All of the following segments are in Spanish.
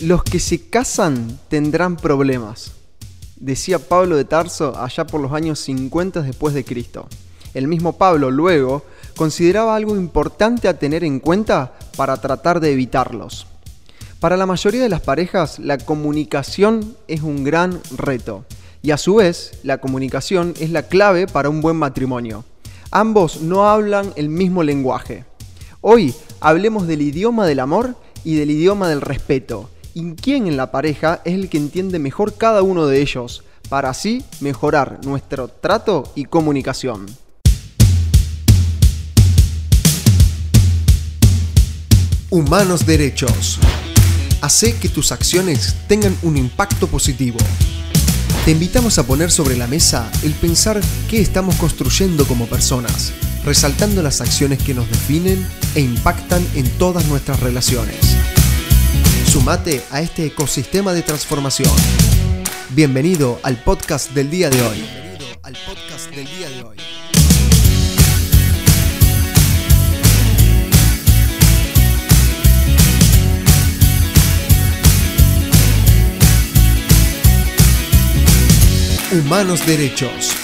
Los que se casan tendrán problemas, decía Pablo de Tarso allá por los años 50 después de Cristo. El mismo Pablo luego consideraba algo importante a tener en cuenta para tratar de evitarlos. Para la mayoría de las parejas, la comunicación es un gran reto y a su vez, la comunicación es la clave para un buen matrimonio. Ambos no hablan el mismo lenguaje. Hoy hablemos del idioma del amor y del idioma del respeto. ¿Y quién en la pareja es el que entiende mejor cada uno de ellos, para así mejorar nuestro trato y comunicación? Humanos Derechos. Hacé que tus acciones tengan un impacto positivo. Te invitamos a poner sobre la mesa el pensar qué estamos construyendo como personas, resaltando las acciones que nos definen e impactan en todas nuestras relaciones. Sumate a este ecosistema de transformación. Bienvenido al podcast del día de hoy. Humanos Derechos.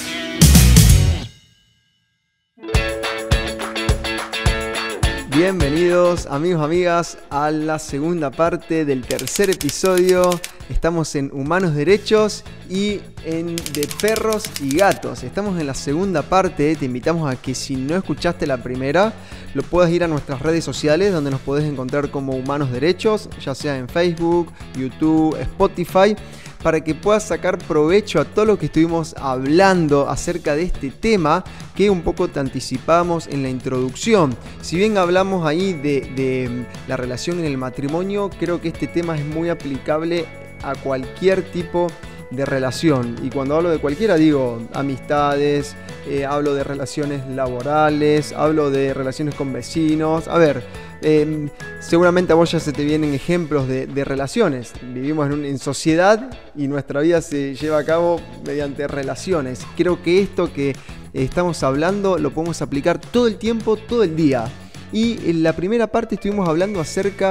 Bienvenidos amigos, amigas, a la segunda parte del tercer episodio. Estamos en Humanos Derechos y en De Perros y Gatos. Estamos en la segunda parte. Te invitamos a que si no escuchaste la primera, lo puedas ir a nuestras redes sociales donde nos podés encontrar como Humanos Derechos, ya sea en Facebook, YouTube, Spotify, para que puedas sacar provecho a todo lo que estuvimos hablando acerca de este tema que un poco te anticipamos en la introducción. Si bien hablamos ahí de la relación en el matrimonio, creo que este tema es muy aplicable a cualquier tipo de relación. Y cuando hablo de cualquiera digo amistades, hablo de relaciones laborales, hablo de relaciones con vecinos. A ver, seguramente a vos ya se te vienen ejemplos de relaciones. Vivimos en sociedad y nuestra vida se lleva a cabo mediante relaciones. Creo que esto que estamos hablando lo podemos aplicar todo el tiempo, todo el día. Y en la primera parte estuvimos hablando acerca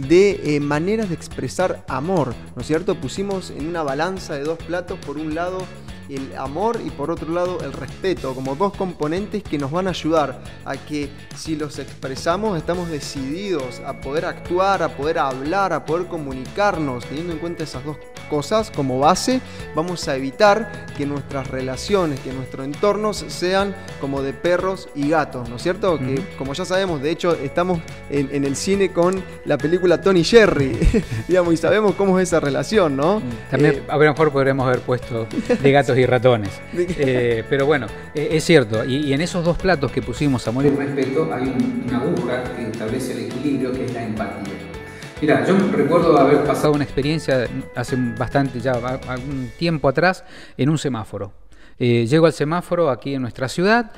de maneras de expresar amor, ¿no es cierto? Pusimos en una balanza de dos platos, por un lado el amor y por otro lado el respeto, como dos componentes que nos van a ayudar a que si los expresamos estamos decididos a poder actuar, a poder hablar, a poder comunicarnos. Teniendo en cuenta esas dos cosas como base, vamos a evitar que nuestras relaciones, que nuestro entorno sean como de perros y gatos, ¿no es cierto? Que como ya sabemos, de hecho estamos en el cine con la película Tom y Jerry, digamos, y sabemos cómo es esa relación, ¿no? También a lo mejor podremos haber puesto de gatos y ratones. Pero bueno, es cierto, y en esos dos platos que pusimos, amor y respeto, hay una aguja que establece el equilibrio, que es la empatía. Mira, yo recuerdo haber pasado una experiencia hace bastante, ya algún tiempo atrás, en un semáforo. Llego al semáforo aquí en nuestra ciudad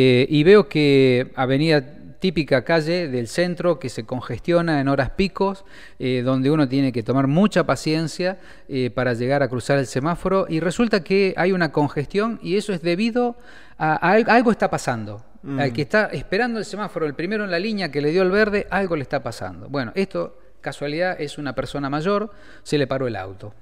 y veo que avenida típica calle del centro que se congestiona en horas picos, donde uno tiene que tomar mucha paciencia para llegar a cruzar el semáforo, y resulta que hay una congestión y eso es debido a algo está pasando. Al que está esperando el semáforo, el primero en la línea que le dio el verde, algo le está pasando. Bueno, esto, casualidad, es una persona mayor, se le paró el auto.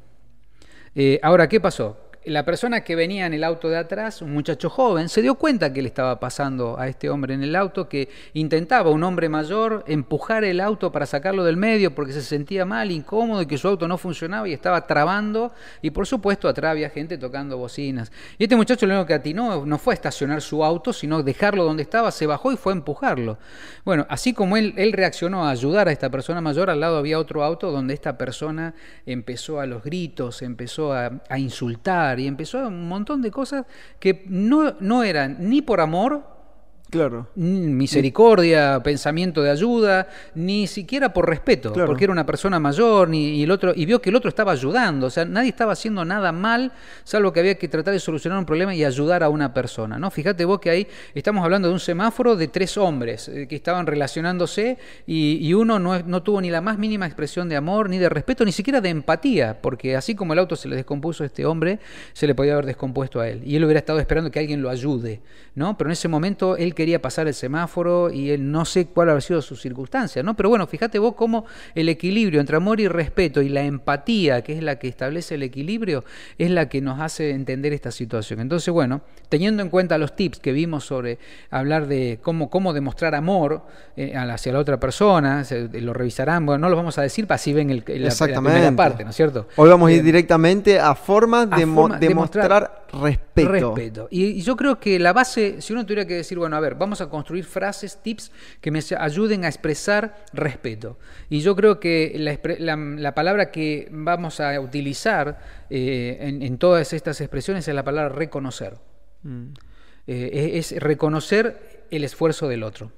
Ahora, ¿qué pasó? La persona que venía en el auto de atrás, un muchacho joven, se dio cuenta que le estaba pasando a este hombre en el auto, que intentaba, un hombre mayor, empujar el auto para sacarlo del medio porque se sentía mal, incómodo, y que su auto no funcionaba y estaba trabando, y por supuesto atrás había gente tocando bocinas. Y este muchacho lo único que atinó no fue a estacionar su auto, sino dejarlo donde estaba, se bajó y fue a empujarlo. Bueno, así como él reaccionó a ayudar a esta persona mayor, al lado había otro auto donde esta persona empezó a los gritos, empezó a insultar, y empezó un montón de cosas que no eran ni por amor, Claro. Misericordia, pensamiento de ayuda, ni siquiera por respeto, claro, porque era una persona mayor y vio que el otro estaba ayudando. O sea, nadie estaba haciendo nada mal, salvo que había que tratar de solucionar un problema y ayudar a una persona, ¿no? Fíjate vos que ahí estamos hablando de un semáforo de 3 hombres que estaban relacionándose y uno no tuvo ni la más mínima expresión de amor, ni de respeto, ni siquiera de empatía, porque así como el auto se le descompuso a este hombre, se le podía haber descompuesto a él. Y él hubiera estado esperando que alguien lo ayude, ¿no? Pero en ese momento él quería pasar el semáforo y él no sé cuál habrá sido su circunstancia, ¿no? Pero bueno, fíjate vos cómo el equilibrio entre amor y respeto y la empatía, que es la que establece el equilibrio, es la que nos hace entender esta situación. Entonces, bueno, teniendo en cuenta los tips que vimos sobre hablar de cómo demostrar amor hacia la otra persona, lo revisarán, bueno, no lo vamos a decir, así ven la primera parte, ¿no es cierto? Hoy vamos a ir directamente a formas de mostrar respeto. Y yo creo que la base, si uno tuviera que decir, bueno, a ver, vamos a construir frases, tips que me ayuden a expresar respeto. Y yo creo que la palabra que vamos a utilizar en todas estas expresiones es la palabra reconocer. Es reconocer el esfuerzo del otro.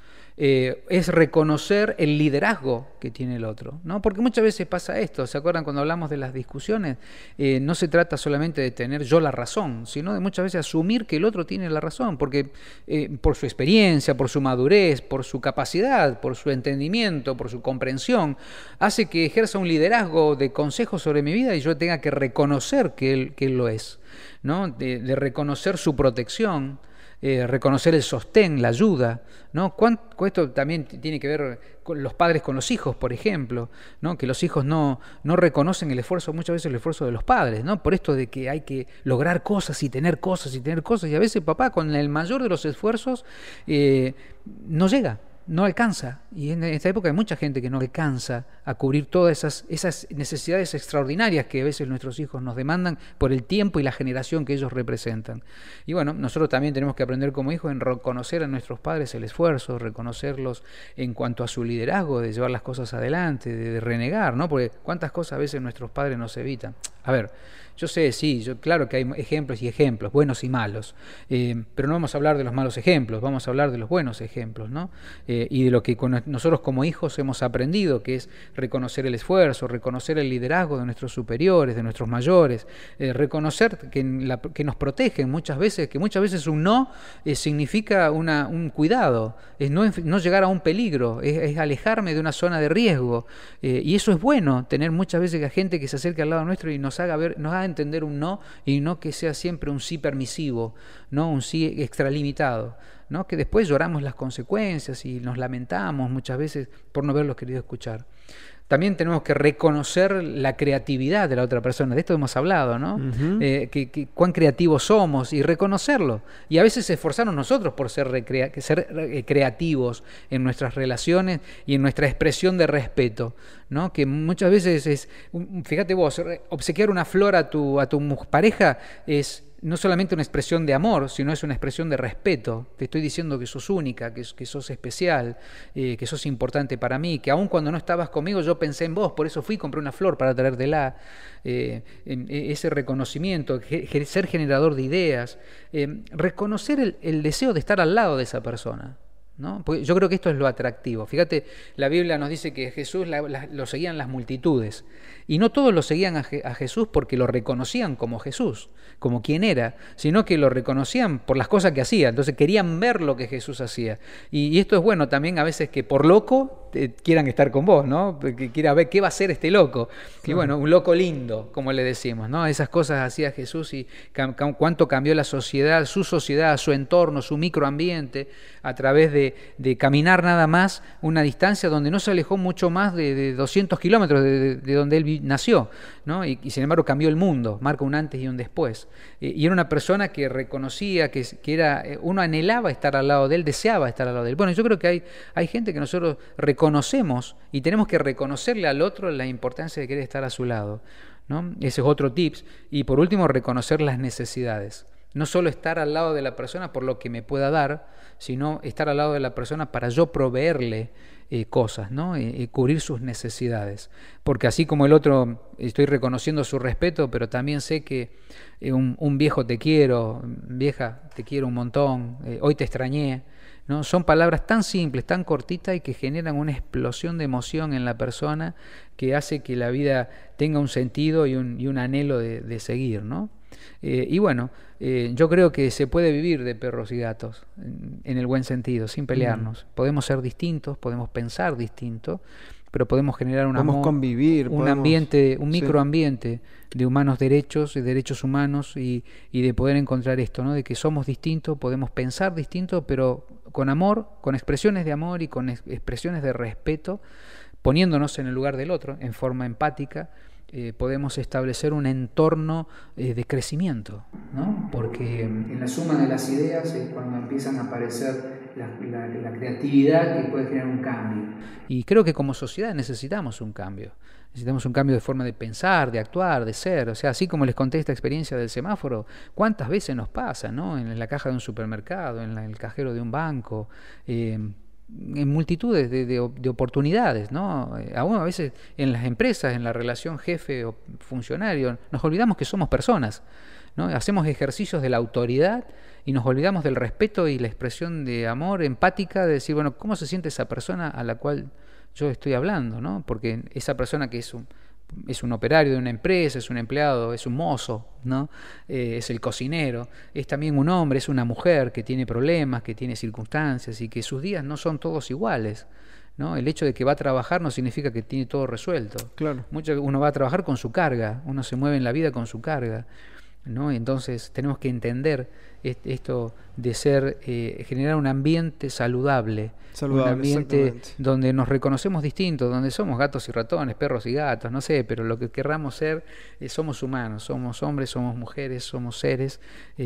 Es reconocer el liderazgo que tiene el otro, ¿no? Porque muchas veces pasa esto, ¿se acuerdan cuando hablamos de las discusiones? No se trata solamente de tener yo la razón, sino de muchas veces asumir que el otro tiene la razón, porque por su experiencia, por su madurez, por su capacidad, por su entendimiento, por su comprensión, hace que ejerza un liderazgo de consejos sobre mi vida y yo tenga que reconocer que él lo es, ¿no? De reconocer su protección, reconocer el sostén, la ayuda, ¿no? Esto también tiene que ver con los padres con los hijos, por ejemplo, ¿no? Que los hijos no reconocen el esfuerzo, muchas veces el esfuerzo de los padres, ¿no? Por esto de que hay que lograr cosas y tener cosas, y a veces papá con el mayor de los esfuerzos no llega. No alcanza, y en esta época hay mucha gente que no alcanza a cubrir todas esas necesidades extraordinarias que a veces nuestros hijos nos demandan por el tiempo y la generación que ellos representan. Y bueno, nosotros también tenemos que aprender como hijos en reconocer a nuestros padres el esfuerzo, reconocerlos en cuanto a su liderazgo, de llevar las cosas adelante, de renegar, ¿no? Porque cuántas cosas a veces nuestros padres nos evitan. A ver, yo sé, sí, claro que hay ejemplos y ejemplos, buenos y malos, pero no vamos a hablar de los malos ejemplos, vamos a hablar de los buenos ejemplos, ¿no? Y de lo que nosotros como hijos hemos aprendido, que es reconocer el esfuerzo, reconocer el liderazgo de nuestros superiores, de nuestros mayores, reconocer que nos protegen muchas veces, que muchas veces un no significa un cuidado, es no llegar a un peligro, es alejarme de una zona de riesgo, y eso es bueno, tener muchas veces a gente que se acerque al lado nuestro y nos haga entender un no, y no que sea siempre un sí permisivo, no un sí extralimitado, ¿no? Que después lloramos las consecuencias y nos lamentamos muchas veces por no haberlos querido escuchar. También tenemos que reconocer la creatividad de la otra persona, de esto hemos hablado, ¿no? Cuán creativos somos y reconocerlo. Y a veces esforzarnos nosotros por ser creativos en nuestras relaciones y en nuestra expresión de respeto, ¿no? Que muchas veces fíjate vos, obsequiar una flor a tu pareja es no solamente una expresión de amor, sino es una expresión de respeto. Te estoy diciendo que sos única, que sos especial, que sos importante para mí, que aun cuando no estabas conmigo yo pensé en vos, por eso fui y compré una flor para traértela. Ese reconocimiento, ser generador de ideas, reconocer el deseo de estar al lado de esa persona, ¿no? Porque yo creo que esto es lo atractivo. Fíjate, la Biblia nos dice que Jesús lo seguían las multitudes, y no todos lo seguían a Jesús porque lo reconocían como Jesús, como quien era, sino que lo reconocían por las cosas que hacía. Entonces querían ver lo que Jesús hacía, y esto es bueno también a veces, que por loco quieran estar con vos, ¿no? Que quiera ver qué va a hacer este loco. Y bueno, un loco lindo, como le decimos, ¿no? Esas cosas hacía Jesús, y cuánto cambió la sociedad, su entorno, su microambiente, a través de caminar nada más una distancia donde no se alejó mucho más de 200 kilómetros de donde él nació, ¿no? Y sin embargo cambió el mundo, marca un antes y un después. Y era una persona que reconocía que uno anhelaba estar al lado de él, deseaba estar al lado de él. Bueno, yo creo que hay gente que nosotros reconocemos, y tenemos que reconocerle al otro la importancia de querer estar a su lado, ¿no? Ese es otro tips. Y por último, reconocer las necesidades. No solo estar al lado de la persona por lo que me pueda dar, sino estar al lado de la persona para yo proveerle cosas, ¿no? Cubrir sus necesidades. Porque así como el otro, estoy reconociendo su respeto, pero también sé que un viejo te quiero, vieja te quiero un montón, hoy te extrañé, ¿no? Son palabras tan simples, tan cortitas, y que generan una explosión de emoción en la persona que hace que la vida tenga un sentido y un anhelo de seguir, ¿no? Y bueno, yo creo que se puede vivir de perros y gatos en el buen sentido, sin pelearnos. Podemos ser distintos, podemos pensar distinto, pero podemos generar podemos convivir, ambiente, un microambiente de humanos derechos, de derechos humanos y de poder encontrar esto, ¿no? De que somos distintos, podemos pensar distinto, pero con amor, con expresiones de amor y con expresiones de respeto, poniéndonos en el lugar del otro, en forma empática. Podemos establecer un entorno de crecimiento, ¿no? Porque en la suma de las ideas es cuando empiezan a aparecer la creatividad que puede generar un cambio. Y creo que como sociedad necesitamos un cambio. Necesitamos un cambio de forma de pensar, de actuar, de ser. O sea, así como les conté esta experiencia del semáforo, ¿cuántas veces nos pasa, ¿no? En la caja de un supermercado, en el cajero de un banco, en multitudes de oportunidades, ¿no? Aún a veces en las empresas, en la relación jefe o funcionario, nos olvidamos que somos personas, ¿no? Hacemos ejercicios de la autoridad y nos olvidamos del respeto y la expresión de amor empática, de decir, bueno, ¿cómo se siente esa persona a la cual yo estoy hablando, ¿no? Porque esa persona que es un operario de una empresa, es un empleado, es un mozo, ¿no? Es el cocinero, es también un hombre, es una mujer que tiene problemas, que tiene circunstancias y que sus días no son todos iguales, ¿no? El hecho de que va a trabajar no significa que tiene todo resuelto. Claro. Uno va a trabajar con su carga, uno se mueve en la vida con su carga, ¿no? Entonces tenemos que entender esto de generar un ambiente saludable, un ambiente donde nos reconocemos distintos, donde somos gatos y ratones, perros y gatos, no sé, pero lo que querramos ser, somos humanos, somos hombres, somos mujeres, somos seres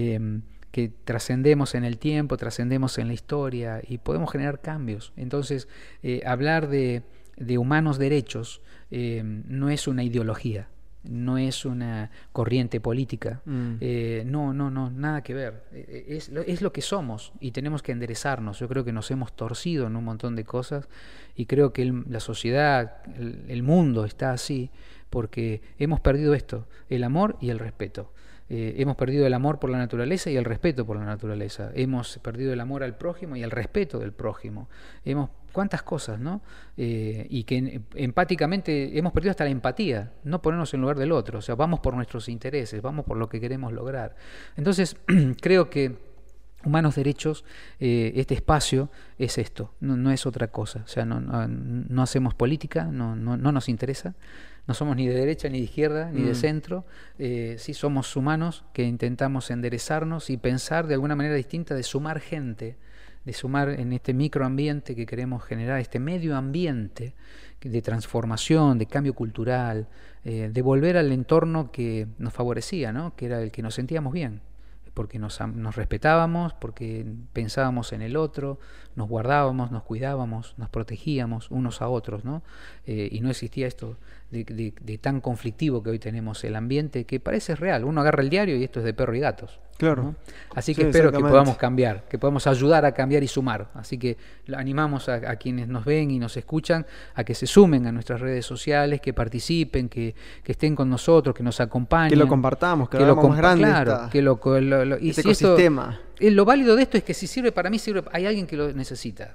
que trascendemos en el tiempo, trascendemos en la historia y podemos generar cambios. Entonces, hablar de humanos derechos no es una ideología, no es una corriente política, no, nada que ver, es lo que somos y tenemos que enderezarnos. Yo creo que nos hemos torcido en un montón de cosas y creo que la sociedad, el mundo está así porque hemos perdido esto, el amor y el respeto. Hemos perdido el amor por la naturaleza y el respeto por la naturaleza. Hemos perdido el amor al prójimo y el respeto del prójimo. ¿Cuántas cosas, no? Y que empáticamente hemos perdido hasta la empatía, no ponernos en lugar del otro. O sea, vamos por nuestros intereses, vamos por lo que queremos lograr. Entonces, creo que Humanos Derechos, este espacio es esto, no es otra cosa. O sea, no hacemos política, no nos interesa. No somos ni de derecha, ni de izquierda, ni de centro. Sí somos humanos que intentamos enderezarnos y pensar de alguna manera distinta, de sumar gente, de sumar en este microambiente que queremos generar, este medio ambiente de transformación, de cambio cultural, de volver al entorno que nos favorecía, ¿no? Que era el que nos sentíamos bien, porque nos respetábamos, porque pensábamos en el otro, nos guardábamos, nos cuidábamos, nos protegíamos unos a otros, ¿no? Y no existía esto de tan conflictivo que hoy tenemos el ambiente, que parece real. Uno agarra el diario y esto es de perro y gatos. Claro. ¿No? Así que espero que podamos cambiar, que podamos ayudar a cambiar y sumar. Así que animamos a quienes nos ven y nos escuchan a que se sumen a nuestras redes sociales, que participen, que estén con nosotros, que nos acompañen. Que lo compartamos, que lo hagamos más grande. Claro, y este ecosistema. Lo válido de esto es que si sirve para mí, hay alguien que lo necesita.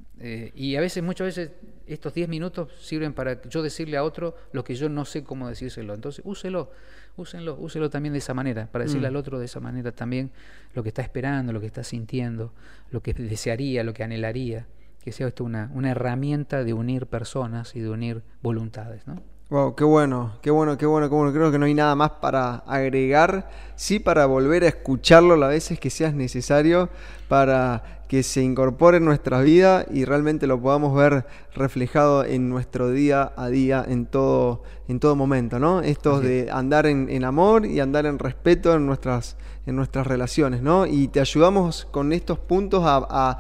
Y muchas veces, estos 10 minutos sirven para yo decirle a otro lo que yo no sé cómo decírselo. Entonces, úselo también de esa manera, para decirle al otro de esa manera también lo que está esperando, lo que está sintiendo, lo que desearía, lo que anhelaría. Que sea esto una herramienta de unir personas y de unir voluntades, ¿no? Wow, qué bueno. Creo que no hay nada más para agregar, sí, para volver a escucharlo las veces que sea necesario, para que se incorpore en nuestra vida y realmente lo podamos ver reflejado en nuestro día a día, en todo momento, ¿no? Esto de andar en amor y andar en respeto en nuestras relaciones, ¿no? Y te ayudamos con estos puntos a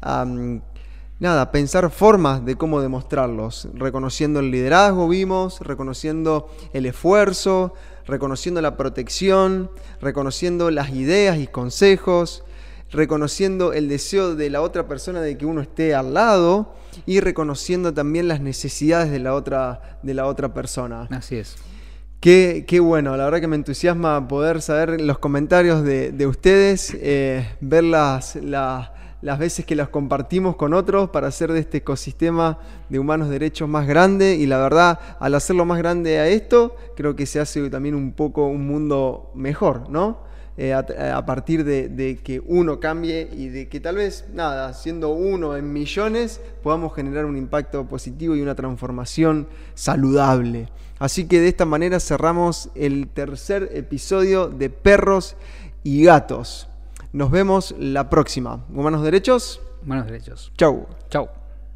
pensar formas de cómo demostrarlos, reconociendo el liderazgo, reconociendo el esfuerzo, reconociendo la protección, reconociendo las ideas y consejos, reconociendo el deseo de la otra persona de que uno esté al lado y reconociendo también las necesidades de la otra persona. Así es. Qué bueno, la verdad que me entusiasma poder saber los comentarios de ustedes, ver las veces que las compartimos con otros para hacer de este ecosistema de Humanos Derechos más grande. Y la verdad, al hacerlo más grande a esto, creo que se hace también un poco un mundo mejor, ¿no? a partir de que uno cambie y de que tal vez, siendo uno en millones, podamos generar un impacto positivo y una transformación saludable. Así que de esta manera cerramos el tercer episodio de Perros y Gatos. Nos vemos la próxima. ¿Humanos Derechos? Humanos Derechos. Chau. Chau.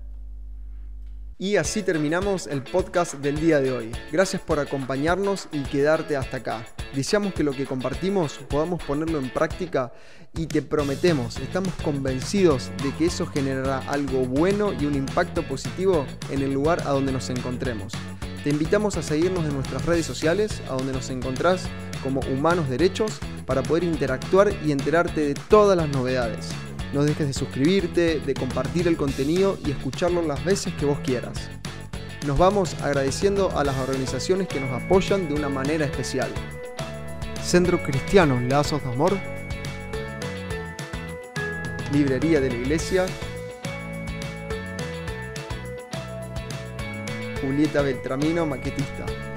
Y así terminamos el podcast del día de hoy. Gracias por acompañarnos y quedarte hasta acá. Deseamos que lo que compartimos podamos ponerlo en práctica y te prometemos, estamos convencidos de que eso generará algo bueno y un impacto positivo en el lugar a donde nos encontremos. Te invitamos a seguirnos en nuestras redes sociales, a donde nos encontrás como Humanos Derechos, para poder interactuar y enterarte de todas las novedades. No dejes de suscribirte, de compartir el contenido y escucharlo las veces que vos quieras. Nos vamos agradeciendo a las organizaciones que nos apoyan de una manera especial. Centro Cristiano Lazos de Amor, Librería de la Iglesia, Julieta Beltramino, maquetista.